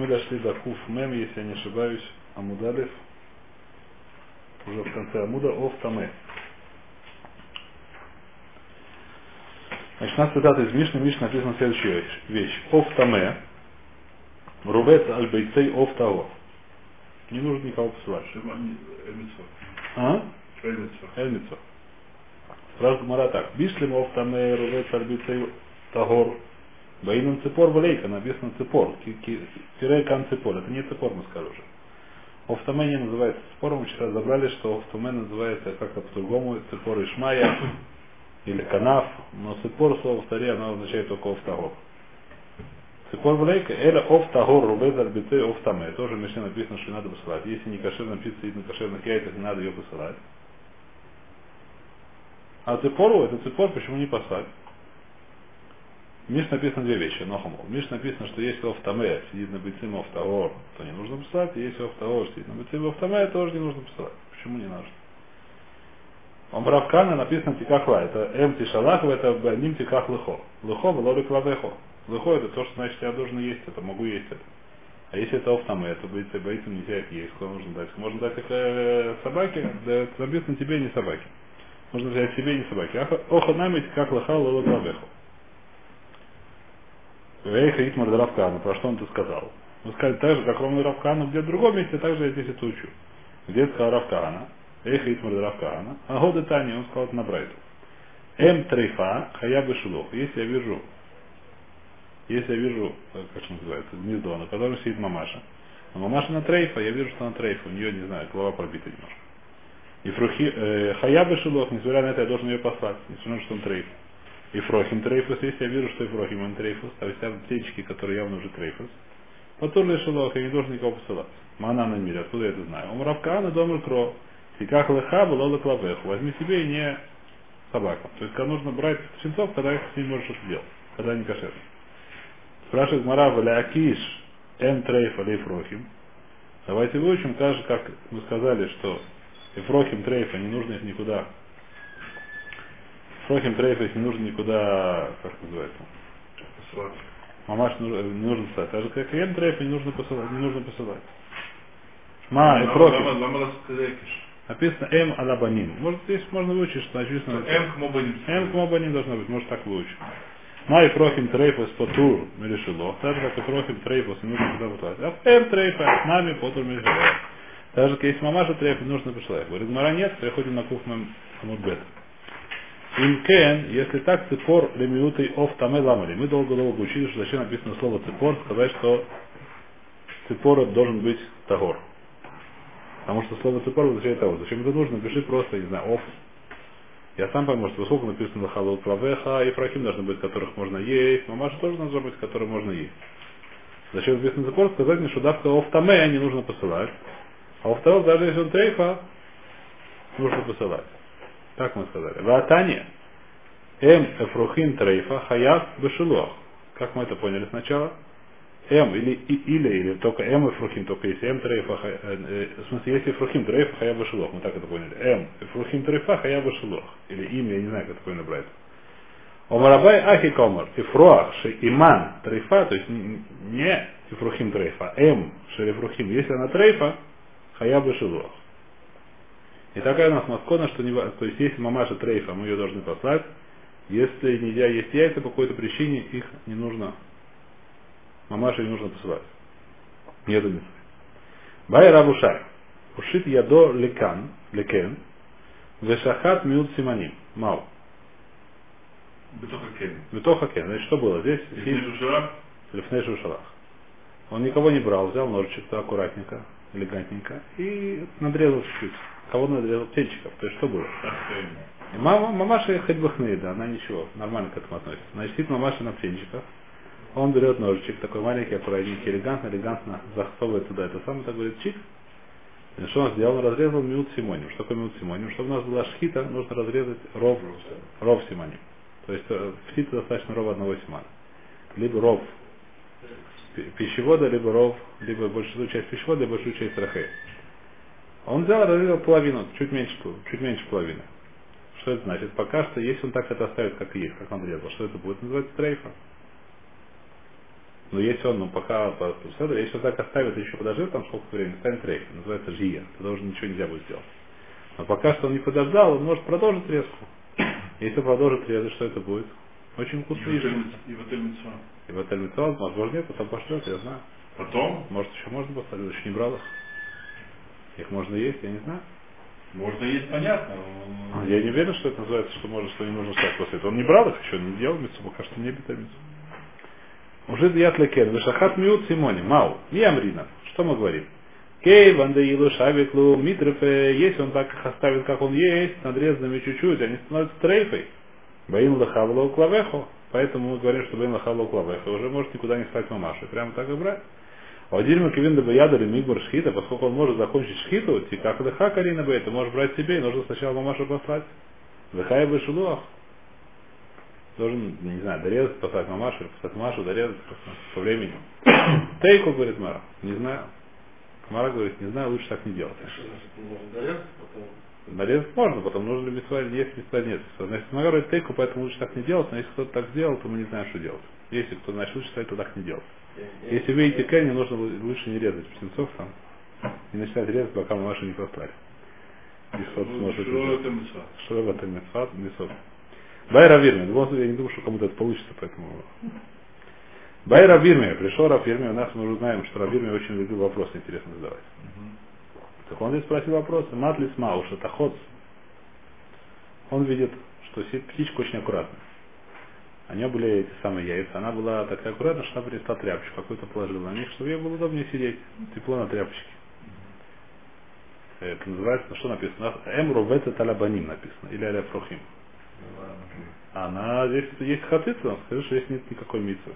мы дошли до Куф Мем, если я не ошибаюсь, Амудалев, уже в конце Амуда, Ов Таме. Значит, у нас цитата из Мишны. Мишна написана следующая вещь. Ов Таме, Рубец Аль-Бейцей Ов Таго. Не нужно никого посылать. А? Эльмицо. Спрашивает Гмара так. Бишлем Ов Таме, Рубец Аль-Бейцей Тагор. Баинам цепор валейка, написано цепор. Кирейкан цепор. Это не цепор, мы скажем уже. Офтаме не называется цепором. Мы вчера разобрали, что офтаме называется как-то по-другому. Цепор Ишмая или канав. Но цепор, слово в таре, оно означает только офтагор. Цепор валейка, эля офтагор, рубез альбицей офтаме. Тоже в Мишне написано, что надо посылать. Если не кошерная пицца и на кошерных яйцах, не надо ее посылать. А цепору, это цепор, почему не послать? В Миш написано две вещи, нохамол. В Миш написано, что если офтаме сидит на бицим офтагор, то не нужно посылать, и если офтагор сидит на бицим офтаме, тоже не нужно посылать. Почему не нужно? Омбравкана написано тикахла, это эм тишалах, это ним тиках лыхо. Лыхо влорик лавехо. Лыхо это то, что значит я должен есть это, могу есть это. А если это офтаме, то боится нельзя их есть, куда нужно дать? Можно дать их собаке, да это написано тебе, не собаке. Можно взять себе, не собаке. Оханами тиках лыха лорик лавехо. Вейха Итмар Равкана, про что он это сказал? Мы сказали так же, как ровно Равкана, где в другом месте, также я здесь это учу. Где сказал Равкана, Вейха Итмар Равкана, а годы Тани, он сказал это на Брайту. Эм трейфа, хая бешелох. Если я вижу, как это называется, гнездо, на котором сидит мамаша. Но мамаша на трейфа, я вижу, что она трейфа, у нее, не знаю, голова пробита немножко. И хая бешелох, несмотря на это, я должен ее послать, несмотря на то, что он трейф. И фрохим трейфус, если я вижу, что и фрохим он трейфус, то есть там птички, которые явно уже трейфус, потом шелох, я не должен никого посылать. Мана на мире, откуда я это знаю? Омравкана домр кро. И как леха было лаклавеху. Возьми себе и не собаку. То есть, когда нужно брать птенцов, когда их с ним можешь что делать, когда они кошерны. Спрашивает Марава, лякиш эм трейфа лей фрохим. Давайте выучим, так же, как мы сказали, что эфрохим трейфа не нужно их никуда. Фрохим трейфа, если не нужно никуда, как называется? Мамаш не нужно посылать. Так же, как и эм трейфа не нужно посылать. Ма, эфрохим. Написано эм алабаним. Может, здесь можно выучить, что написано эм кмобаним должно быть. Может, так выучить. Ма, эфрохим трейфа спотур мелешилох. Так же, как эфрохим трейфа не нужно никуда посылать. А эм трейфа нами потур мелешилох. Так же, как если мамаша трейфа не нужно посылать. Говорит, мара нет, переходим на кухмам хамудбет. Имкен, если так, цепор лемиутой оф таме ламали. Мы долго-долго учили, что зачем написано слово цепор, сказать, что цепор должен быть тагор. Потому что слово цепор означает того. Зачем это нужно? Пиши просто, не знаю, оф. Я сам пойму, что высоко написано халут правеха, и фрахим должны быть, которых можно есть, мамаш тоже должна быть, которые можно есть. Зачем написано цепор? Сказать мне, что давка оф таме не нужно посылать. А оф того, даже если он трейфа, нужно посылать. Так мы сказали. Ватане эм эфрухин трейфа хаяв бешелох. Как мы это поняли сначала? Эм или только эм эфрухин, только если эм трейфа, в смысле, если эфрухин трейфа хаяв бешелох. Мы так это поняли. Эм эфрухин трейфа хаяв бешелох. Или имя, я не знаю, как это поняли брать. Омарабай ахи комар. Эфруах ши иман трейфа, то есть не эфрухин трейфа, эм ши эфрухин. Если она трейфа, хаяв бешелох. И такая у нас маскона, что не, то есть если мамаша трейфа, мы ее должны послать. Если нельзя есть яйца по какой-то причине, их не нужно, мамаше не нужно посылать. Нету митцвы. Бай рабушай. Ушит ядо лекен, вешахат миут симаним. Мау. Бетоха кен. Значит, что было здесь? Лифней шушалах. Он никого не брал, взял ножичек, аккуратненько, элегантненько, и надрезал чуть-чуть. Кого надрезал? Птенчиков. То есть что было? Мамаша хоть бы хны, да, она ничего, нормально к этому относится. Значит, сидит мамаша на птенчиках, он берет ножичек, такой маленький, аккуратненький, элегантно засовывает туда это самое, так говорит, чик. И что он сделал? Он разрезал миут симоним. Что такое миут симоним? Чтобы у нас была шхита, нужно разрезать ров симоним. То есть в птице достаточно рова одного симана. Либо ров пищевода, либо ров, либо большую часть пищевода, либо большую часть трахея. Он взял, разрезал половину, чуть меньше половины. Что это значит? Пока что, если он так это оставит, как есть, как он резал, что это будет называться трейфа? Но если он, пока, если он так оставит, еще подождет там сколько времени, станет рейф, называется жия, тогда уже ничего нельзя будет сделать. Но пока что он не подождал, он может продолжить резку. Если продолжит резать, что это будет? Очень вкусный ишь. И в Атель-Митцва. И в Атель-Митцва, возможно, нет, потом пошлет, я знаю. Потом? Может, еще можно поставить, еще не брал их. Их можно есть, я не знаю. Можно есть, понятно. Я не уверен, что это называется, что может, что не нужно ставить после этого. Он не брал их еще, не делал митцву, пока что не битал митцву. Уже дьят лекен, вешахат миут симони, мау, не амрина. Что мы говорим? Кей, вандаилу, шавиклу, митрефе, если он так их оставит, как он есть, надрезанными чуть-чуть, они становятся трейфой. Баин лахавло клавехо. Поэтому мы говорим, что баин лахавло клавехо уже может никуда не стать мамашу. Прямо так и брать. Вадильма кивинда баядали мигбар шхита, поскольку он может закончить шхиту, и как леха карина бы, это можешь брать себе, и нужно сначала мамашу послать. Лехай бы шелуах. Должен, не знаю, дорезать, послать мамашу, или послать мамашу, дорезать просто по времени. Тейку, говорит Мара. Не знаю. Мара говорит, не знаю, лучше так не делать. Нарезать можно, потом нужно ли митцва, есть митцва, нет. Значит, Мара говорит тейку, поэтому лучше так не делать, но если кто-то так сделал, то мы не знаем, что делать. Если кто-то, значит, лучше сказать, то так не делать. Если вы видите Кенни, нужно лучше не резать птенцов там и начинать резать, пока мамашу не послали. Что это митцва? Байра Вирме. Я не думаю, что кому-то это получится, поэтому... Байра Вирме. Пришел Рав Вирме. У нас мы уже знаем, что Рав Вирме очень любил вопросы интересно задавать. Так он здесь спросил вопрос. Матлис Мауш, это ходс. Он видит, что птичка очень аккуратная. У нее были эти самые яйца. Она была такая аккуратная, что она принесла тряпочку какую-то положила на них, чтобы ей было удобнее сидеть. Тепло на тряпочке. Это называется, что написано? Эмру вете талабаним написано. Или аля фрухим. Она здесь есть хатыца, он скажет, что здесь нет никакой митцвы.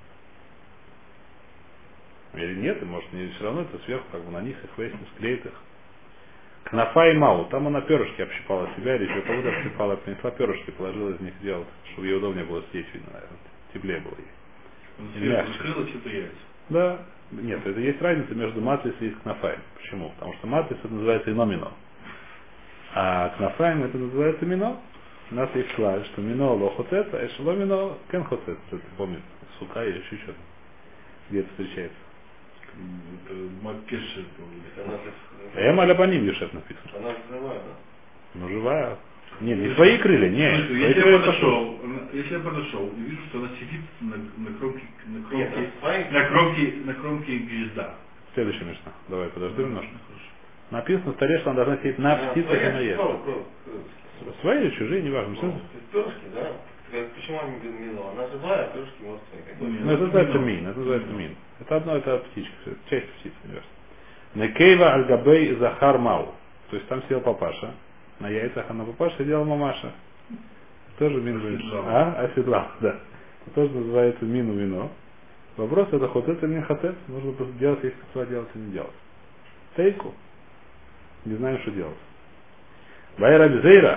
Или нет, и может не все равно это сверху, как бы на них их весь склеит их. Кнафа и мау, там она перышки общипала себя, или еще кого-то общипала, принесла перышки, положила из них сделать, чтобы ей удобнее было съесть, видно, наверное. Теплее было ей. Закрылось это яйца. Да. Нет, это есть разница между матлис и кнафаем. Почему? Потому что матлис это называется иномино. А кнафаем это называется мино. У нас есть класс, что мино лохоцет, а эшело мино кен хоцет. Кто-то помнит, сука или еще что-то. Где это встречается? Эм алябаним ешет написано. Она живая, да? Ну живая. Нет, не свои крылья, нет. Если я подошел и вижу, что она сидит на кромке гнезда. Следующая мишна. Давай подождем немножко. Написано в таре, что она должна сидеть на птицах и на яйцах. Свои или чужие, неважно. Перышки, да? Почему они мило? Она живая, а перышки мертвые. Ну, это называется мин. Это называется мин. Это одно, это птичка. Часть птицы, неважно. Некейва аль-габей захар мау. То есть там сидел папаша. На яйцах, а на папаше сидела мамаша. Тоже мин будет. Оседлал, да. Это тоже называется мину вино. Вопрос это хотет или не хотет. Нужно просто делать, если кто делать или не делать. Тейку. Не знаем, что делать. Байра Бизейра.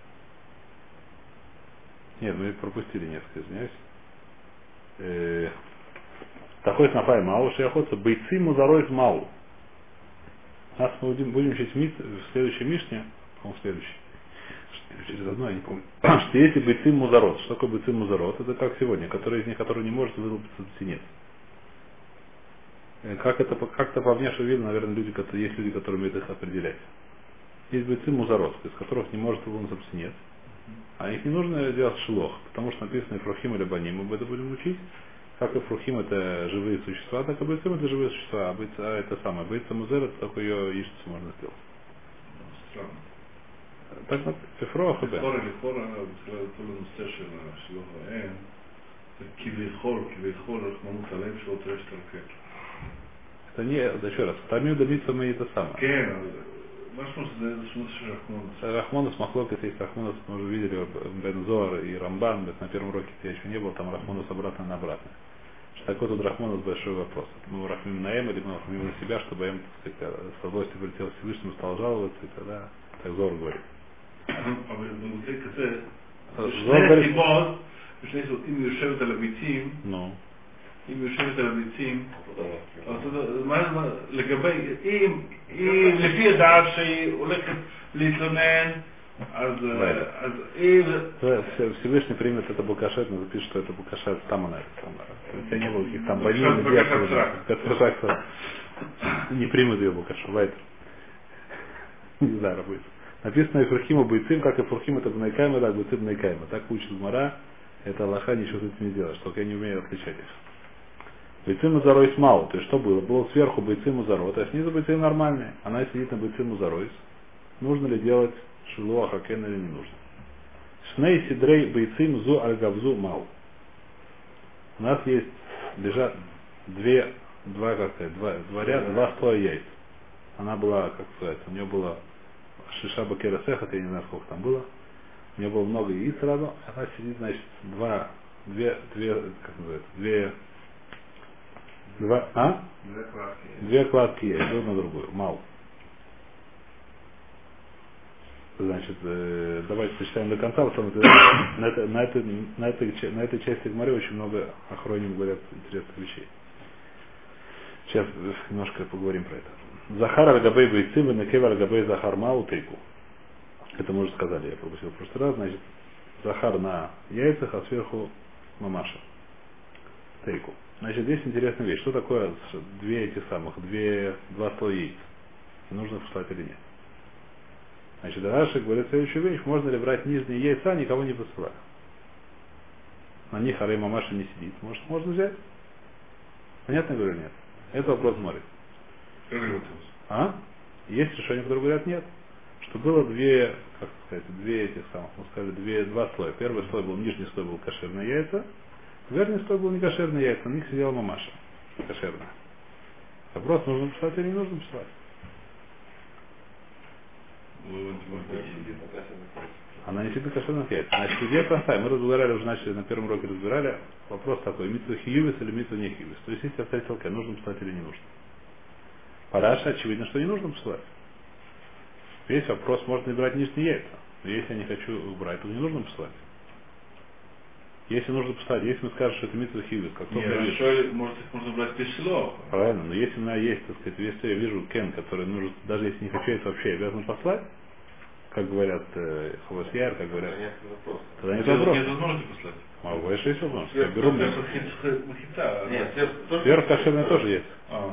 Нет, мы пропустили несколько, извиняюсь. Такой снапай мау, шеохотца, бойцы музарой мау. Нас мы будем учить в следующей мишне, по-моему, следующей. Через одно, я не помню. Что если бойцы музарот. Что такое бойцы музарот? Это как сегодня, который из них, который не может вылупиться в синец. Как-то по внешнему виду, наверное, есть люди, которые умеют их определять. Есть бойцы музарот, из которых не может вылупиться в синец. А их не нужно делать шелох, потому что написано фрухим или баним, мы об этом будем учить. Как и фрухим это живые существа, так и бойцам это живые существа, а это самое. Бойца музер это только ее яичницу можно сделать. Странно. Так фифро хб. Это не, еще раз, тамим добиться мы это самое. Рахмонус Махлокет, есть Рахмонус, мы уже видели Бен Зоар и Рамбан, на первом уроке я еще не был, там Рахмонус обратно на обратно. Что такой тут Рахмонус большой вопрос. Мы рахмим на Эм или мы рахмим на себя, чтобы Эм, так сказать, с злостью прилетел Всевышнему, стал жаловаться, и тогда так Зоар говорит. Зоар говорит, ну. אם יושבת על הביצים, לגבי, אם לפי הדעת שהיא הולכת להתלונן Всевышний примет это букашет, но запишет, что это букашет там она. У тебя не было каких там больных, не примут ее букашу. Не знаю, будет. Написано и Фурхима Бойцим, как и Фурхим это Бнайкайма, так Бойцим Бнайкайма. Так учит Гмара, это Аллаха, ничего с этим не делаешь, только я не умею отличать их. Бойцим Узаройс мау, то есть что было? Было сверху Бойцим Узаро, а снизу Бойцим нормальные. Она сидит на Бойцим Узаройс. Нужно ли делать Шилуа Хакен или не нужно? Шней Сидрей Бойцим Зу Альгавзу Мау. У нас есть, лежат два ряда, два слоя яиц. Она была, как сказать, у нее было Шиша Бакера Сехат, я не знаю, сколько там было. У нее было много яиц сразу. Она сидит, значит, две кладки яиц, одну на другую. Мау. Значит, давайте почитаем до конца, потому что на этой части Гмары очень много охроним говорят интересных вещей. Сейчас немножко поговорим про это. Захар аль-габей бойцим и накев аль-габей захар мау тейку. Это мы уже сказали, я пропустил в прошлый раз. Значит, захар на яйцах, а сверху мамаша. Тейку. Значит, здесь интересная вещь. Что такое два слоя яиц? Нужно встать или нет? Значит, Раши говорит следующую вещь. Можно ли брать нижние яйца, никого не посылая? На них арей мамаша не сидит. Может, можно взять? Понятно, говорю, нет? Это вопрос смотрит. Есть решения, которые говорят нет. Что было две этих самых, мы сказали, два слоя. Первый слой был, нижний слой был кошерные яйца, верхний слой был не кошерные яйца, на них сидела мамаша. Кошерная. Вопрос, нужно писать или не нужно писать? Она не сидит на кошерных яйцах. Значит, идея простая. Мы разбирали, уже начали на первом уроке разбирали. Вопрос такой, митсу хиювис или митсу не хиювис. То есть, если оставить селке, нужно писать или не нужно. Параша, очевидно, что не нужно посылать. Весь вопрос, можно ли брать нижние яйца. Но если я не хочу их брать, то не нужно посылать. Если нужно посылать, если мы скажем, что это митсу хиювис, как только я вижу. Может, их можно брать без слов. Правильно, но если у меня есть, так сказать, если я вижу кен, который нужен, даже если не хочу яйца вообще, я обязан послать, как говорят Хавасьяр, как говорят. Тогда нет вопроса. Нет возможности послать. Могу, конечно, есть возможность. Я беру мне. Нет, сверхкошерная тоже есть.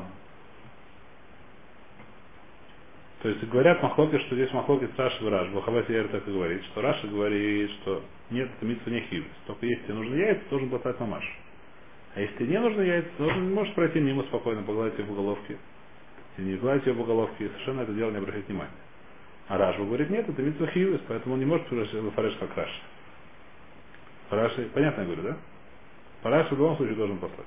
То есть говорят махлоки, что здесь махлоки Раши и Рашба. Хавасьяр так и говорит, что Раши говорит, что нет, это митцва не хивис. Только если тебе нужны яйца, должен послать мамаш. А если тебе не нужны яйца, то можешь пройти мимо спокойно, погладить ее по головке. Если не гладить ее по головке, совершенно это дело не обращать внимания. А Рашба говорит, нет, это митцва хивис, поэтому он не может выфареш как Раши. Раши, понятно я говорю, да? По Раши в любом случае должен послать.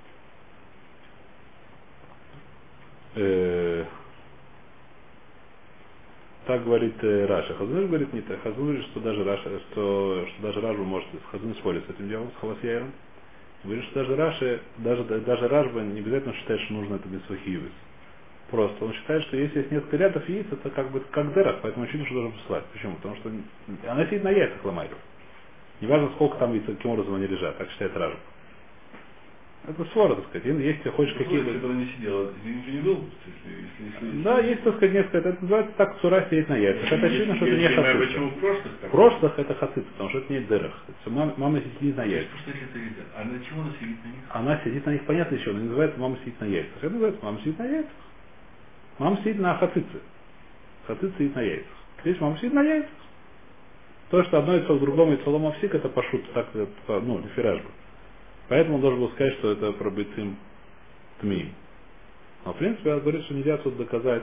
Так говорит Раша. Хазуныш говорит не так. Хазуныш говорит, что даже Рашба может, Хазуныш спорит с этим делом, с Хавасьяером. Говорит, что даже Рашба не обязательно считает, что нужно это митцва хиювис. Просто он считает, что если есть несколько рядов яиц, это как бы как дерах, поэтому очевидно, что должен посылать. Почему? Потому что она сидит на яйцах, ломает. Неважно, сколько там яиц, каким образом они лежат, так считает Рашба. Это свора, так сказать. Если ты хочешь какие-то... Если не сидел, ты не был? Да, есть, так сказать, несколько. Это называется так сура сидеть на яйцах. Это очевидно, что это не хацица. Почему в прошлых? В прошлых это хацица, потому что это не дырах. Мама сидит на яйцах. А на чего она сидит на них? Она сидит на них, понятно еще, она не называется мама сидит на яйцах. Это называется мама сидит на яйцах. Мама сидит на хацице. Хацица сидит на яйцах. Здесь мама сидит на яйцах. То, что одно яйцо к другому яйцо ломовсик, это пашут, так, лифиражба. Поэтому он должен был сказать, что это про бейцим тмиим. Но в принципе он говорит, что нельзя тут доказать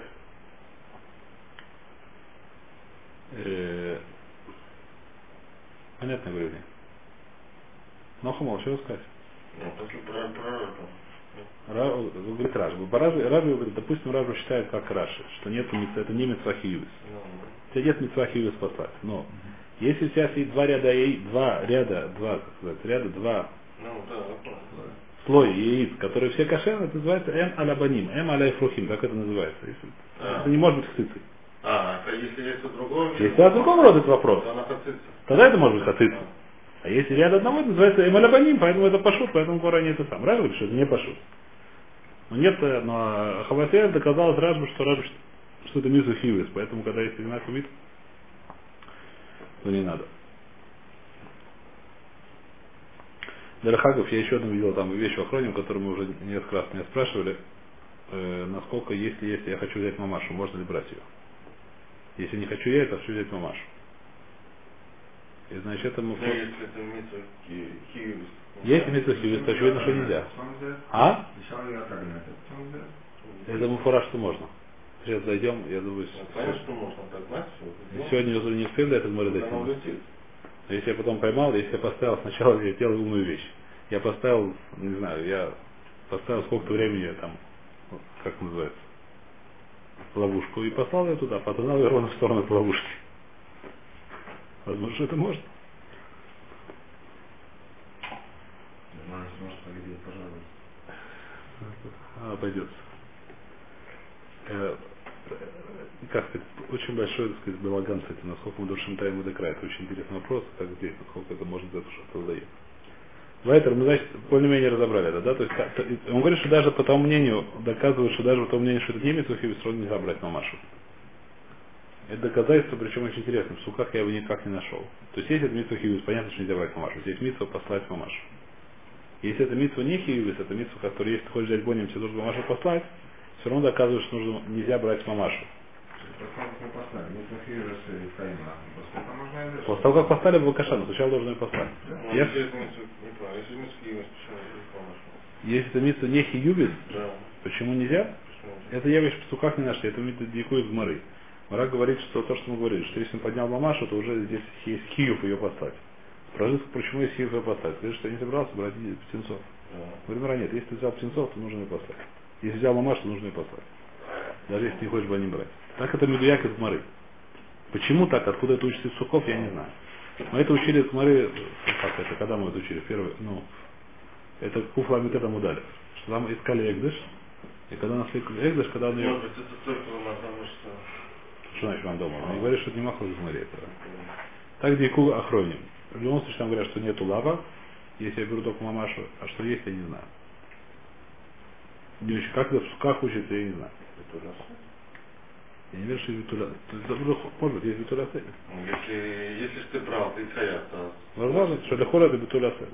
понятно говорили. Но Хамал, что сказать? Говорит Рашба говорит, допустим, Рашба считает как Раши, что нет, это не митцва хиювис. У тебя нет митцва хиювис послать. Но если у тебя сидит два слой яиц, которые все кошерные, это называется алабаним, аляйфрухим, как это называется. Это не может быть хацицей. Если есть у другого... Если у другого рода это вопрос, тогда это может быть хацица. А если ряд одного, это называется алабаним, поэтому это пашут, поэтому гора не это сам. Рашба говорит, что это не пашут. Но нет, но Хавасьяр доказал Рашбу, что это митцва хиювис, поэтому когда есть одинаковый вид, но не надо. Дарахагов, я еще одну видел там вещь в охроне, которую мы уже несколько раз меня спрашивали, насколько, если я хочу взять мамашу, можно ли брать ее. Если не хочу я, то хочу взять мамашу. И значит, это мы... Если это митцва хиювис. Есть митцва хиювис, то очевидно, что нельзя. А? Это муфора, что можно. Сейчас зайдем, я думаю... Понятно, что можно догнать все. Сегодня уже не успеем до этого моря дойти. Но если я потом поймал, если я поставил сначала, я делал умную вещь. Я поставил, не знаю, я поставил сколько-то времени там, как называется, ловушку, и послал ее туда, потонал ее ровно в сторону этой ловушки. Возможно, что это можно. Обойдется. Как сказать, очень большой, так сказать, балаган с этим, насколько мы душим тайм и докрай. Это очень интересный вопрос, как здесь, насколько это может за что задает. Поэтому мы, значит, более-менее разобрали это, да? То есть, он говорит, что даже по тому мнению, доказывает, что даже по тому мнению, что это не митцва все равно нельзя брать мамашу. Это доказательство, причем очень интересно, в суках я его никак не нашел. То есть, если это митцва хиювис, понятно, что нельзя брать мамашу. Здесь митцва послать мамашу. Если это митцва не хиювис, это митцва, которая, если ты хочешь взять боним, тебе нужно мамашу послать, все равно доказывает, что нельзя брать мамашу. После того, как поставили бы кашану, сначала должны ее послать. Если это митцва не хиювис, почему нельзя? Это я вещь в суках не нашли, это дикует в мары. Мара говорит, что то, что мы говорили, что если он поднял мамашу, то уже здесь есть хиюв ее послать. Спрашивается, почему есть хиюв ее послать? Говорит, что я не собирался брать птенцов. Говорит, Мара, нет, если ты взял птенцов, то нужно ее послать. Если взял мамашу, то нужно ее послать. Даже если не хочешь бы не брать. Так это медуяк из Мары. Почему так? Откуда это учится из суков, я не знаю. Мы это учили из Мары, как это, когда мы это учили? Первый, это куфла митета мудали. Что там искали Эгдыш, и когда нашли Эгдыш, когда он ее... Может быть, это только потому, что... Что значит вам дома? Он говорит, что это не махло из Мары этого. Так дику охроним. В любом случае там говорят, что нету лава, если я беру только мамашу, а что есть, я не знаю. Не очень, как это в суках учится, я не знаю. Я не верю, что есть битуля. Может быть, есть битуля сель. Если ты прав, ты хаят, то... Возможно, что для хода это битуля сель.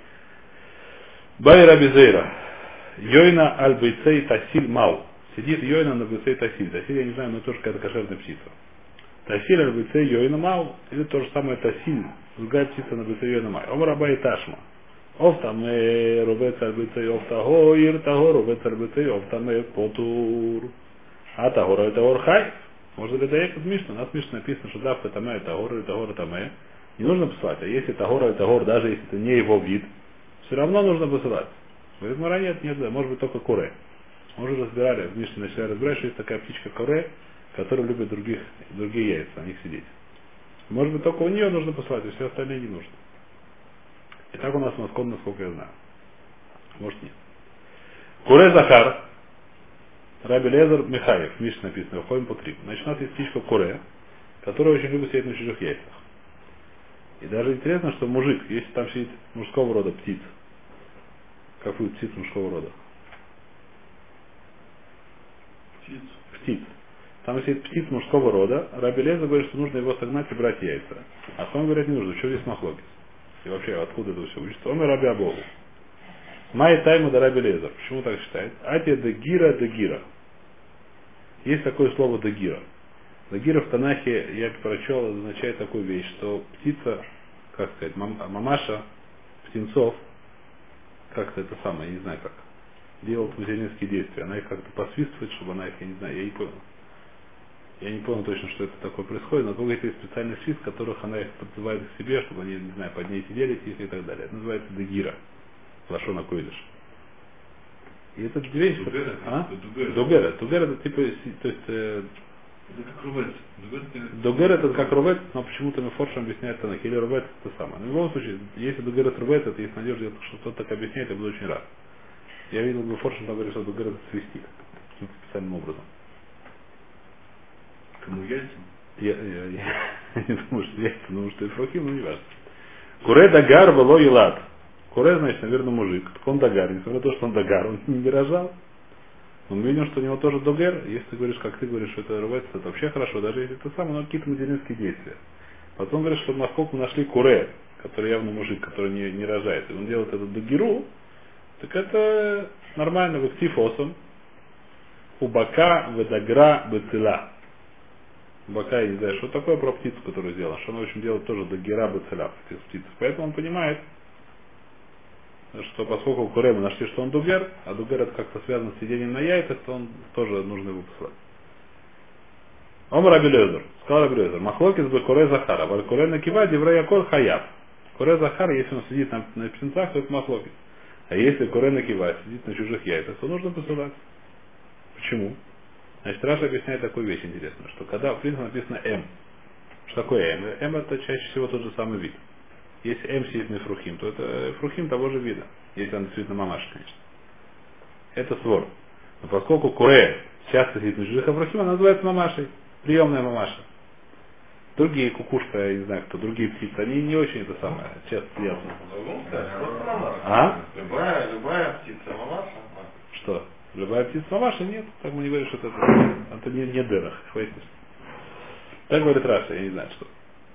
Бай Раби Зейра. Йойна аль-бейцей тасиль мау. Сидит Йойна на бейцей тасиль. Тасиль, я не знаю, но тоже какая-то кошерная птица. Тасиль аль-бейцей Йойна мау. Или то же самое тасиль. Другая птица на бейцей Йойна мау. Омар Абай Ташма. Офтаме робец аль-бейцей офтагоир тагор робец аль-бейцей офтаме потур. А тагор это орхай. Можно ли доехать в Мишну? У нас в Мишне написано, что давка таме это гор или тагор таме. Не нужно посылать. А если тагор или тагор, даже если это не его вид, все равно нужно посылать. Говорит, Мара, нет, да, может быть только куре. Мы уже разбирали, в Мишне начали разбирать, что есть такая птичка куре, которая любит другие яйца, на них сидеть. Может быть только у нее нужно посылать, а все остальные не нужно. И так у нас маскон, насколько я знаю. Может нет. Куре Захар, Раби Лезер Михаев, в Мишне написано, выходим по 3. Значит, у нас есть птичка куре, которая очень любит сидеть на чужих яйцах. И даже интересно, что мужик, если там сидит мужского рода птиц, как будет птиц мужского рода? Птиц. Там сидит птиц мужского рода, Раби Лезер говорит, что нужно его согнать и брать яйца. А сам говорит, не нужно, что здесь махлокис? И вообще, откуда это все учится? Он и Раби Абову. Май тайму да Раби Лезер. Почему так считает? Ати дегира дегира. Есть такое слово дегира. Дегира в Танахе, я прочел, означает такую вещь, что птица, как сказать, мамаша птенцов, как-то это самое, я не знаю как, делает материнские действия. Она их как-то посвистывает, чтобы она их, я не знаю, я не понял. Я не понял точно, что это такое происходит, но какой-то есть специальный свист, которых она их подзывает к себе, чтобы они, не знаю, под ней сидели, тихо и так далее. Это называется дегира. Лашона койдыш. И это вещь... Дугер. Дугер это типа, то есть... это как рувет. Дугер это как рувет, но почему-то Мефоршем объясняет Танах. Или рувет это самое. Но в любом случае, если дугер это рувет, это есть надежда, что кто-то так объясняет, я буду очень рад. Я видел Мефоршем, там говорит, что дугер это свистит. Каким-то специальным образом. Кому яйцам? Я не думаю, что яйца, потому что это фрохим, но не важно. Куре дагар вело елад. Куре, значит, наверное, мужик. Так он дагар. Несмотря на то, что он дагар, он не рожал. Он видел, что у него тоже догер. Если ты говоришь, как ты говоришь, что это рвется, это вообще хорошо, даже если это самое, но какие-то материнские действия. Потом говорит, что насколько мы нашли куре, который явно мужик, который не рожает, и он делает это дагиру, так это нормально, в ктифосом. Убака, ведагра, бецила. Убака, я не знаю, что такое про птицу, которую сделал, что она, в общем, делает тоже дагира, бецила, птиц. Поэтому он понимает, что поскольку у куре мы нашли, что он дугер, а дугер это как-то связано с сидением на яйцах, то он тоже нужно его послать. Омар Раби Элиэзер, сказал Раби Элиэзер, махлокис бы куре захара, валь куре на кива, диврей яколь хаяв. Куре захар, если он сидит на птенцах, то это махлокис. А если куре на кива сидит на чужих яйцах, то нужно посылать. Почему? Значит, Раша объясняет такую вещь интересную, что когда в принципе написано М, что такое М? М это чаще всего тот же самый вид. Если М сидит на фрухим, то это фрухим того же вида, если он действительно мамаш, конечно. Это свор. Но поскольку куре часто сидит на чужих фрухим, она называется мамашей, приемная мамаша. Другие кукушка, я не знаю кто, другие птицы, они не очень это самое, часто сидят. А? Любая птица мамаша. Что? Любая птица мамаша? Нет, так мы не говорим, что это не дырах, хватит. Так говорит Раша, я не знаю что.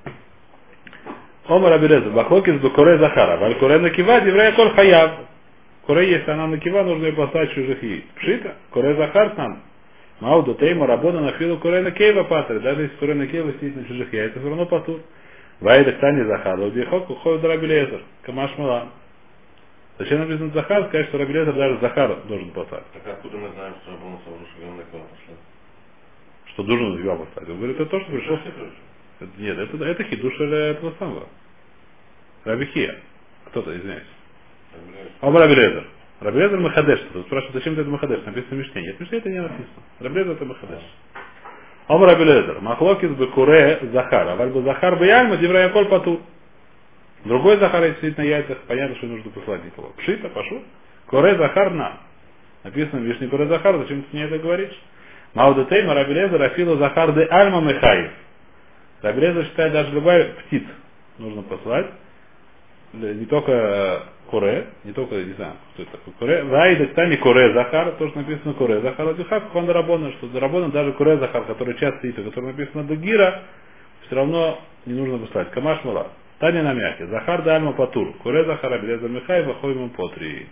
Омар Раби Элиэзер, бахлокис бы куре захара, валь куре на кива, диврей коль хаяв. Куре, если она на кива, нужно ее послать чужих яиц. Пшита, куре захар нам. Мауду тейма рабона на филу куре на кейва патре. Даже если куре на кейва сидит на чужих яйцах, все равно патур. Ваидах тани захара, убихок уходит Раби Элиэзер. Камаш мала. Зачем написано захар? Сказать, что Раби Элиэзер даже захар должен послать. Так откуда мы знаем, что Рабону Саврушевым на кого пошли? Что должен на кива послать? Он говорит, это то, что пришел. Нет, это хидуш этого самого. Раби Хия. Кто-то, извиняюсь. Омар Раби Элиэзер. Раби Элиэзер Махадеш. Тут спрашивают, зачем это Махадеш? Написано в Мишне. Нет, в Мишне это не написано. Раби Элиэзер это Махадеш. Омар Раби Элиэзер. Махлокис бы куре захара. Валь бы захар бы яльма, диврей яколь пату. Другой захар, если сидит на яйцах, понятно, что нужно послать никого. Пшита, пашу. Куре захар на. Написано в Мишне куре захар, зачем ты мне это говоришь? Мауда тейма Раби Элиэзер афилу захар де альма мехаев. Раби Элиэзер считает, даже любая птица нужно послать. Не только куре, не только, не знаю, кто это такой куре. Ваидак тани куре захар, тоже написано куре захар. Адюхак хон дарабона, что дарабона даже куре захар, который часто сидит, который написано дагира, все равно не нужно послать. Камаш мала. Тани на мяке. Захар да альма патур. Куре захар Раби Элиэзер михай вахоймам потри.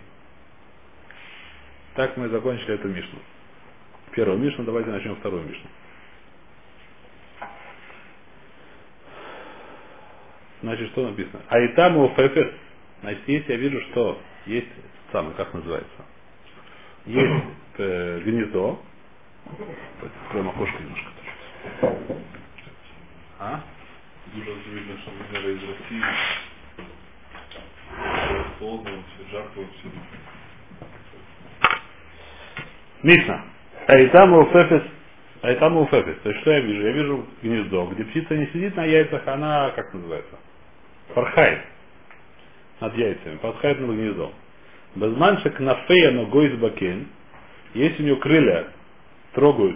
Так мы закончили эту мишну. Первую мишну, давайте начнем вторую мишну. Значит, что написано? Айтаму фефес. Значит, если я вижу, что есть самое, как называется? Есть гнездо. Откроем окошко немножко. А? Видно, что мы из России. Холодно, все жарко, все. Мишна. Айтаму фефес. Айтаму фефес. То есть, что я вижу? Я вижу гнездо, где птица не сидит на яйцах, она, как называется? Порхает над яйцами, порхает над гнездом. Безманша кнафея ногой из бакен, если у нее крылья трогают,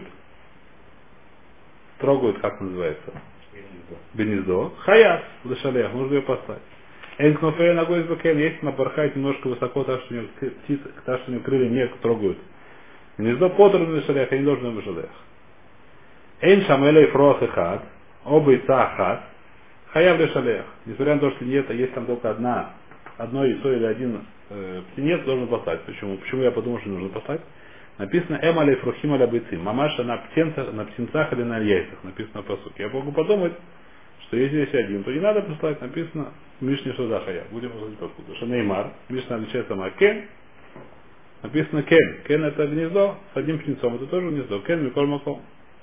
как называется? Гнездо. Хаят, лешалех, нужно ее поставить. Эн кнафея ногой из бакен, если она порхает немножко высоко, так что у нее птица, так что у нее крылья не трогают. Гнездо потребно лешалех, я не должен лешалех. Эн шамелей фроах и хат, оба яйца хат, хаяв лешалех. Несмотря на то, что нет, а есть там только одно яйцо или один птенец, должен послать. Почему я подумал, что нужно послать? Написано эмалей фрухим аля бойцим. Мамаша на птенцах или на яйцах. Написано по сути. Я могу подумать, что если есть один, то не надо послать. Написано в Мишне что за хаяв. Будем послать покуда. Шанеймар. Мишна отличается сама кен. Написано кен. Кен это гнездо с одним птенцом. Это тоже гнездо. Кен миколь макол.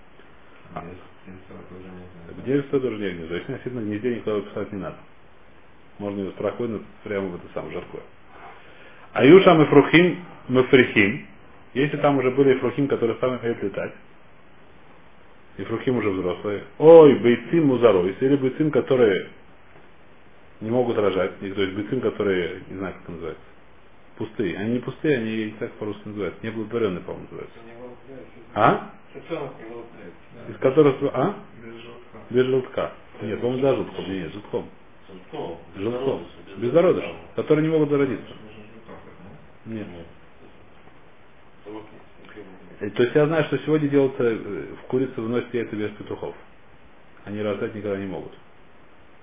Гнездо тоже не гнездо. Если действительно гнезде никуда писать не надо. Можно его спокойно прямо в это самое жаркое. Аюшам и фрухим мефрихим. Если там уже были фрухим, которые сами умеют летать. И фрухим уже взрослые. Ой, бойцим музаройс. Или бойцим, которые не могут рожать. То есть бойцим, которые, не знаю, как это называется. Пустые. Они не пустые, они так по-русски называются. Неоплодотворенные, по-моему, называются. А? Из которых... А? Без желтка. Нет, по-моему, да, желтком. Нет, желтком. Желтком. Без зародыша. Которые не могут зародиться. Нет. То есть я знаю, что сегодня делается в курице выносят яйца без петухов. Они рожать никогда не могут.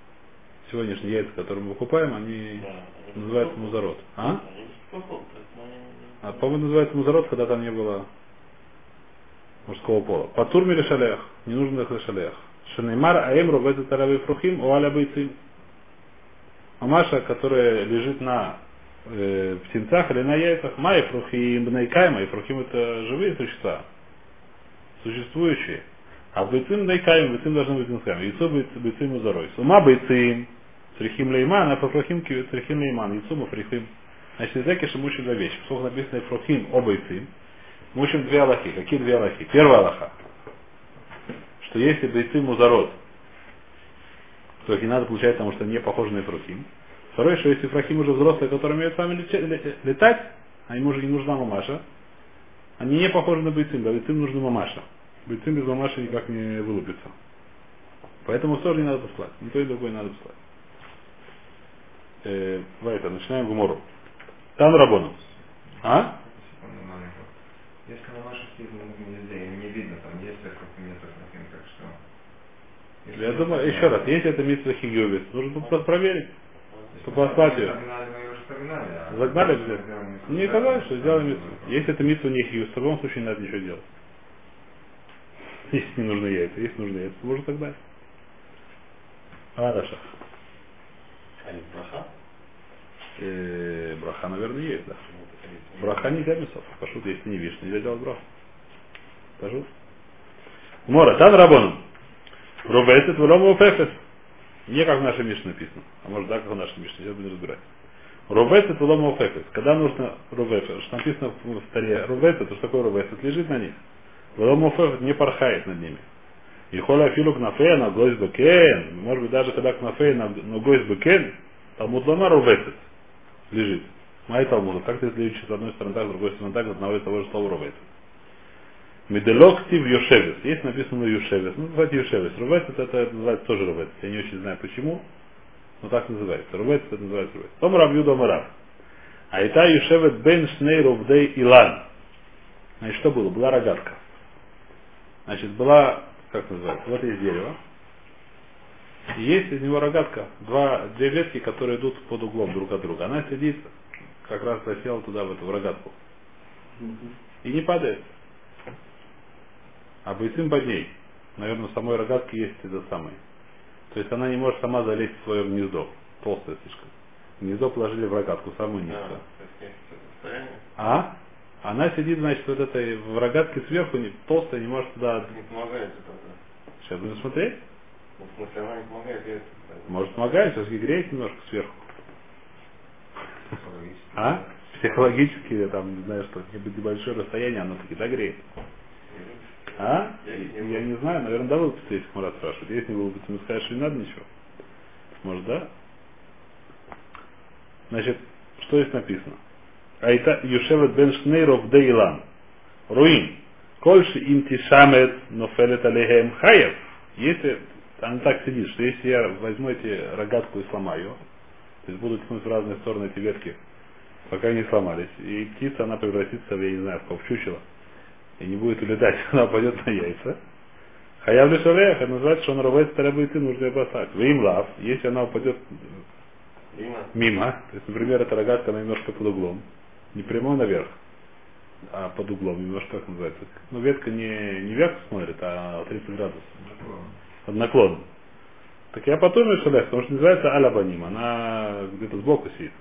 сегодняшние яйца, которые мы покупаем, они называются музарот. А? По-моему, называется музарот, когда там не было мужского пола. Патур мили шалех. Не нужно их шалех. Шанеймар аэмру в этот аравей фрухим у аля бойцим. Мамаша, которая лежит на птенцах или на яйцах, май фрухим бнайкайма, и фрухим это живые существа, существующие. А бойцим бнайкайма, бойцим должны быть птенцами. Яйцо бойцим узорой. Сума бойцим, срихим лейман, а фрухим срихим лейман, яйцо мафрихим. Значит, из экиша мучим две вещи. Сколько написано фрухим о бойцим, мучим две аллахи. Какие две аллахи? Первая аллаха, что если бойцим узорот, то их не надо получать, потому что они не похожи на фрухим. Второе, что если фрахим уже взрослые, которые умеют сами летать, а им уже не нужна мамаша, они не похожи на бойцим, а бойцим нужна мамаша. Бойцим без мамаши никак не вылупится. Поэтому тоже не надо послать. Ни то и другое не надо послать. Давайте, начинаем гумору. Там рабону. А? Если мамаша сидит нельзя, им не видно, там есть фрахим, нет фрахим, так что... Я думаю, еще раз, если это митцва хигюбис, нужно просто проверить. Послать ее. Загнали обязательно. Не казалось, что сделали митцву. Если это митцва не хигюбис, в любом случае не надо ничего делать. Если не нужны яйца. Если нужны яйца, можно тогда. Араша. А не браха? Браха, наверное, есть, да. Браха нельзя мясов. Пошут, если не видишь, нельзя делать браху. Пошут. Мора, тан рабоном. Рубецет влому фефес. Не как в нашей Мишне написано. А может да, как в нашей Мишне. Сейчас будем разбирать. Рубецет влому фефес. Когда нужно рубецет, что написано в старе рубецет, то что такое рубецет? Лежит на них. Влому фефес не порхает над ними. И холя филу кнафея на гойс бекен. Может быть даже когда кнафея на гойс бекен, талмуд лама рубецет лежит. Май талмуда. Как ты если учишь с одной стороны так, с другой стороны так, от одного и того же слова рубецет. Меделоктив Юшевис. Есть написано Юшевис. Ну, называйте Юшевис. Рубец это называется тоже Рубец. Я не очень знаю почему, но так называется. Рубец это называется Рубец. Том Рабью Дома Раб. А это Юшевит Бен Шней Ровдей Илан. Значит, что было? Была рогатка. Значит, была, как называется, вот есть дерево. И есть из него рогатка. Две ветки, которые идут под углом друг от друга. Она сидит, как раз засела туда, в эту рогатку. И не падает. А бойцим под ней. Наверное, в самой рогатке есть это самое. То есть она не может сама залезть в свое гнездо. Толстое слишком. Гнездо положили в рогатку, самую низкую. А? Она сидит, значит, вот этой в рогатке сверху, толстая, не может туда... Не помогает это. Сейчас будем смотреть? Ну, в смысле, она не помогает, греет. Может, помогает, все-таки греет немножко сверху. А? Психологически, там, не знаю, что небольшое расстояние, оно таки греет. А? Я не знаю, наверное, да, вылупится, если Мурат спрашивает. Если не вылупится, мы скажем, что не надо ничего. Может, да? Значит, что здесь написано? Айта Юшевет бен Шнейров Дейлан. Руин. Кольши им тишамет нофелет алейхем хаев. Если она так сидит, что если я возьму эти рогатку и сломаю, то есть будут тянуть в разные стороны эти ветки, пока они сломались, и птица, она превратится, я не знаю, в ковчучело, и не будет улетать, она упадет на яйца. Хаяв лишалех, это называется, что он рвает старобойцы, нужно ее бросать. Вы им лав, если она упадет мимо, то есть, например, эта рогатка, она немножко под углом, не прямо наверх, а под углом, немножко, как называется. Ну, ветка не вверх смотрит, а 30 градусов. Под наклоном. Так я потом лишалех, потому что называется алабаним, она где-то сбоку сидит.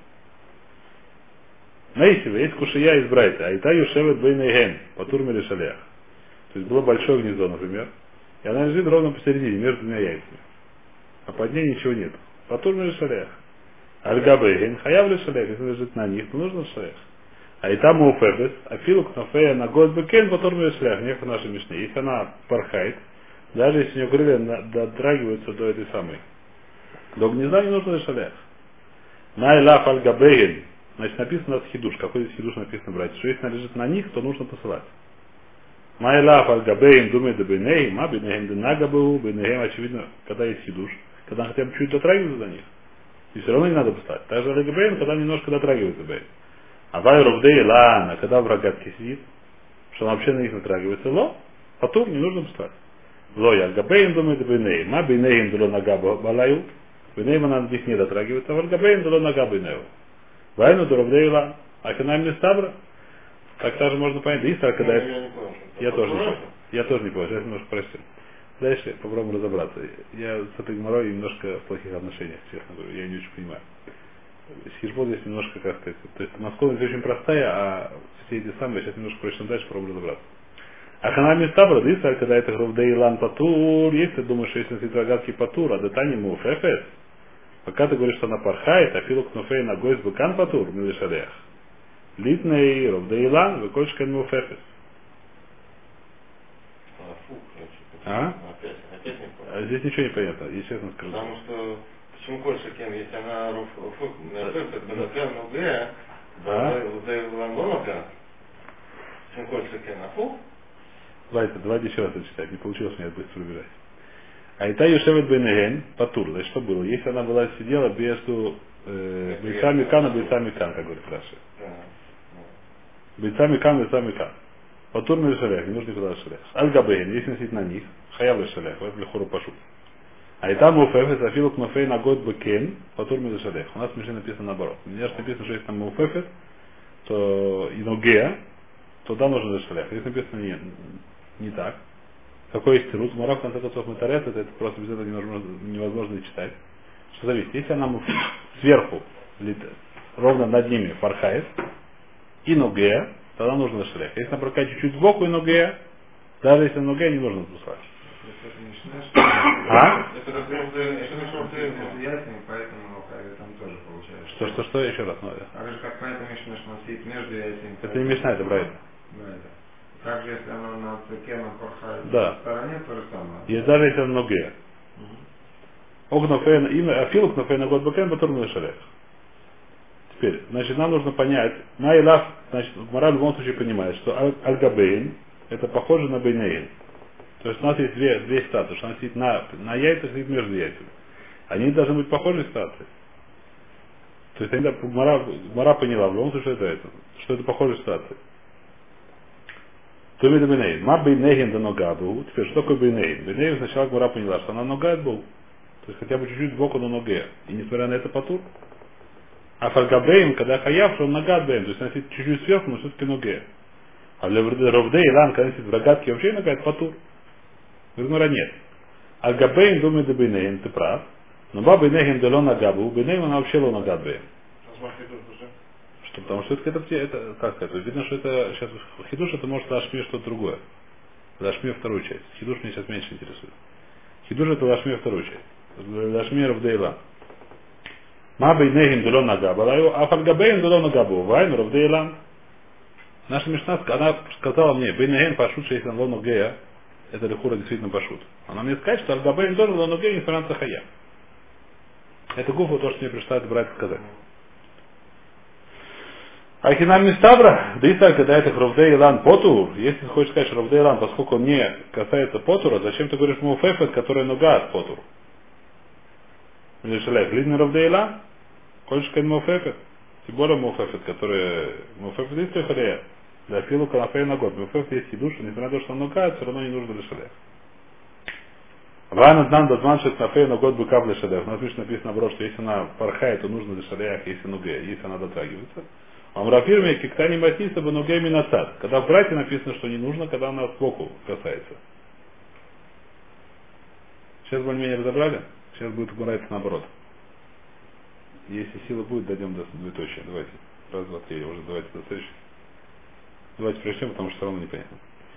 Наисива, есть кушия из Брайта, а ита юшевет бейнейген, по турме лишалех. То есть было большое гнездо, например, и она лежит ровно посередине, между двумя яйцами. А под ней ничего нет. По турме лишалех. Альгабейген, хаяв лишалех, если лежит на них, то нужно лишалех. А ита муфебес, а филук нафея на год бекен, по турме лишалех, не в нашей мишне. Если она порхает, даже если у нее крылья дотрагиваются до этой самой, до гнезда не нужно лишалех. Найлаф альгабейген. Значит, написано у нас хидуш. Какой здесь хидуш написано, братья? Что если она лежит на них, то нужно посылать. Майлаф аль-габейм думает да бейнейм, а бейнейм да нагабу, бейнейм, очевидно, когда есть хидуш, когда хотя бы чуть дотрагивается до них, и все равно не надо посылать. Также аль-габейм, когда немножко дотрагивается бейм. А вай рубдей лана, когда в рогатке сидит, что он вообще на них натрагивается, ло, потом не нужно посылать. Ло я аль-габейм думает да бейнейм, а бейнейм да ло нагабу балаю, Бенейма на них не дотрагивается, вальгабейн дало нога бенеу. Вайну дуровдейла, ахинам мистабра. Так даже можно понять, да, когда это... Я тоже не понял, сейчас немножко простим. Дальше попробуем разобраться. Я с этой геморрой немножко в плохих отношениях, честно говорю, я не очень понимаю. Хижбот здесь немножко, как сказать, то есть насколько очень простая, а все эти самые, сейчас немножко прочтем дальше, попробуем разобраться. Аханами стабра, дыса, когда это гровдей лан патур, если ты думаешь, что если носить рогатки патур, а детани муфефес, пока ты говоришь, что она пархает, а филук нуфей на гойс быкан патур, милишадех. Литней, ровдей лан, выкольчкан муфефес. А? А здесь ничего не понятно, я честно скажу. Потому что почему кольца кем, если она руфук, почему кольца кем, афу? Давайте еще раз зачитать, не получилось мне это быстро убирать. А и та юшевет бенеген, патур, значит, что было? Если она была сидела между бойцами кан и бойцами кан, как говорит Раши. Бойцами кан и бойцами кан. Патур на шалях, не нужно никуда шалях. Аль-Габейн, если носить на них, хаявы шалях, это для хору пашут. А и там муфефес, афилук мафей на год бекен, патур на шалях. У нас в Мишне написано наоборот. У меня же написано, что если там муфефес, то и ногея, то да, нужно для шалях. Если написано не так. Какой есть тирус? Мара, в конце концов, матарет, это просто без этого невозможно читать. Что зависит? Если она сверху, ровно над ними пархает, и ногея, тогда нужно шалях. Если она прокатит чуть-чуть сбоку и ногея, даже если ногея, не нужно пускать. А? Это как между яйцами, поэтому там тоже получается. Что еще раз? Так же, как поэтому Мишна, что сидит между яйцами. Это не Мишна, это правильно. Также, если она на цикеном порхает в стороне, то же самое. И даже если она ногея. Огнофейна, имя Афилук нафейна год бакен, батур на шалях. Теперь, значит, нам нужно понять, на илав, значит, Гмара в любом случае понимает, что аль-габейн это похоже на бейнейн. То есть у нас есть две статуи, что она сидит на яйцах, сидит между яйцами. Они должны быть похожи статуи. То есть Гмара поняла в любом случае, что это похожие статуи. То есть бейнейн. Ма бейнейн да нога был. Теперь, что такое бейнейн? Бейнейн сначала Гмара поняла, что она нога был. То есть хотя бы чуть-чуть сбоку на ноге. И несмотря на это патур. А фаргабейм, когда хаяв, что он нагад бейм, то есть она сидит чуть-чуть сверху, но все-таки ноге. А для ровдей и лан, когда сидит в рогатке, вообще нагад патур. Гмара нет. А габейм думает да бейнейн, ты прав. Но ба бейнейн да лон нагабу, бейнейн она вообще лон нагад бейм. Что, потому что это как сказать, то есть видно, что это сейчас хидуш это может лашми что-то другое. Лашми вторую часть. Хидуш меня сейчас меньше интересует. Хидуш это лашми вторую часть. Лашми ровдейла. Ма бейнейн да лон нагабу, а фаргабейн да лон нагабу. Вайн ровдейла. Наша Мишна, она сказала мне, бейнейн пашут, что если он лон ногея, это лихура действительно пашут. Она мне скажет, что аль-габейн тоже лон ногея, несмотря на цахая. Это гуфа то, что мне пришло брать сказать. Ахинам Мистабра, да и так, когда это Ровдей Илан Потур, если ты хочешь сказать, что Ровдей Илан, поскольку он не касается Потура, зачем ты говоришь Муфефет, которая нога от Потур? Или Шалех, Лидный Ровдей Илан, хочешь сказать Муфефет, тем более Муфефет, который Муфефет есть Халея, для Филу Канафея на год, Муфефет есть и душа, несмотря на то, что он нога, все равно не нужно для Шалех. Ван Аднан Дазманшет Нафея на год быка для Шалех. У нас написано наоборот, что если она порхает, то нужно для Шалех, если нуге, если она дотрагивается. А мурафирме кикта не матниса бы нугеми нацад. Когда в брате написано, что не нужно, когда она сбоку касается. Сейчас более-менее разобрали. Сейчас будет нравиться наоборот. Если сила будет, дойдем до двоеточия. Давайте. Раз, два, три. Уже давайте до следующего. Давайте прочтем, потому что все равно непонятно.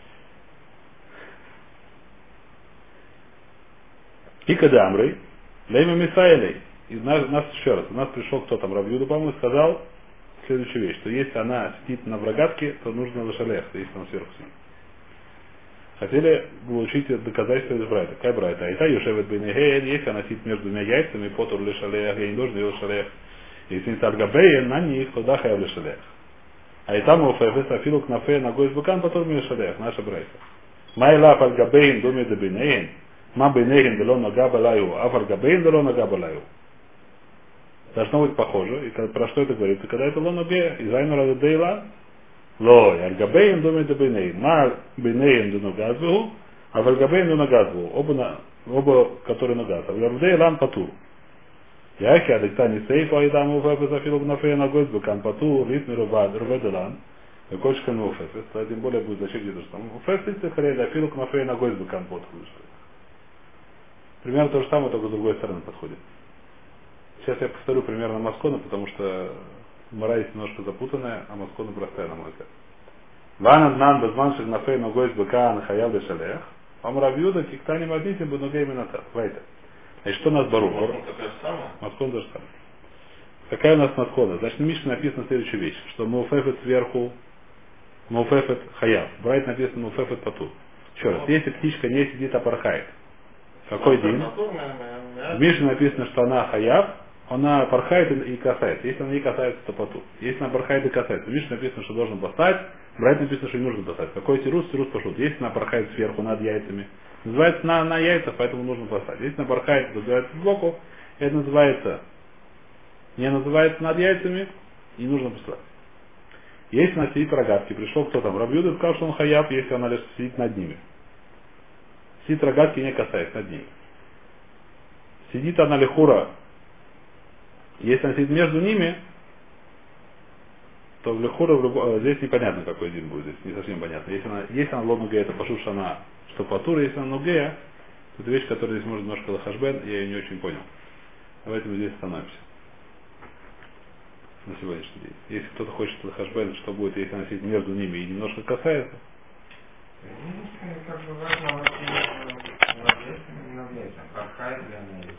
И когда Амрей, Лейма Мисаилей, и нас еще раз, у нас пришел кто там, Рав Юда, по-моему, сказал следующую вещь, что если она сидит на врагатке, то нужно лошалех, если он сверху сидит. Хотели получить доказательство из Брайта. Какая Брайта? Айта юшевет бейнегейн, если она сидит между двумя яйцами, потур лешалех, я не должен ее лешалех. Если не таргабейн, на них, то да хаяв лешалех. Айта муфефес афилук нафе ногой сбукан, потур лешалех. Наша Брайта. Майла фаргабейн думе де бейнегейн, ма бейнегейн дело нога балаю, а фаргабейн дело нога балаю. Должно быть похоже. И про что это говорится? Когда это лоноге, из айнура дейла, ло, аргабейн думает до бейнейн. Ма бейнейн до ногазу, а вальгабейн до ногазу. Оба которые ногазу. А вальгабейн лан патур. Яхи, адыктани сейфа, и там уфэфэс афилук нафея на гойс быкан пату, ритми рубеделан, кочка на уфэфэс, а тем более будет зачем где-то, что там уфэфэс цехарей, афилук нафея на гойс быкан подходит. Примерно то же самое, только с другой стороны подходит. Сейчас я повторю примерно Маскону, потому что Мара есть немножко запутанная, а Маскона простая, на мой взгляд. Ван аднан безман шигнафей ногойс быкан хаял бешалех, амравьюда киктани маднитим буногей минатат. Вайте. Значит, что у нас бару? Маскон то же самое. Какая у нас Маскона? Значит, в Мишне написана следующая вещь, что муфефет сверху, муфефет хаяв. Брать написано муфефет пату. Еще раз, если птичка не сидит, а порхает. Какой день? В Мишне написано, что она хаяв, она порхает и касается. Если она не касается, то пату. Если она порхает и касается, в Мишне написано, что должен поставить, брать написано, что не нужно поставить. Какой тирус? Тирус пошут. Если она порхает сверху над яйцами, называется на яйцах, поэтому нужно поставить. Если она порхает, называется сбоку, это называется, не называется над яйцами, и нужно поставить. Если она сидит в рогатке, пришел кто там, Рабьюда и сказал, что он хаяв, если она лишь сидит над ними. Сидит в рогатке и не касается над ними. Сидит она лихура, если она сидит между ними, то в лихура здесь непонятно, какой день будет, здесь не совсем понятно. Если она лонугея, это пошут, что патура, если она нугея, то это вещь, которая здесь может немножко лахашбен, я ее не очень понял. Давайте мы здесь остановимся. На сегодняшний день. Если кто-то хочет лахашбен, что будет, если она сидит между ними и немножко касается? Как бы важно, над яйцем, порхает ли она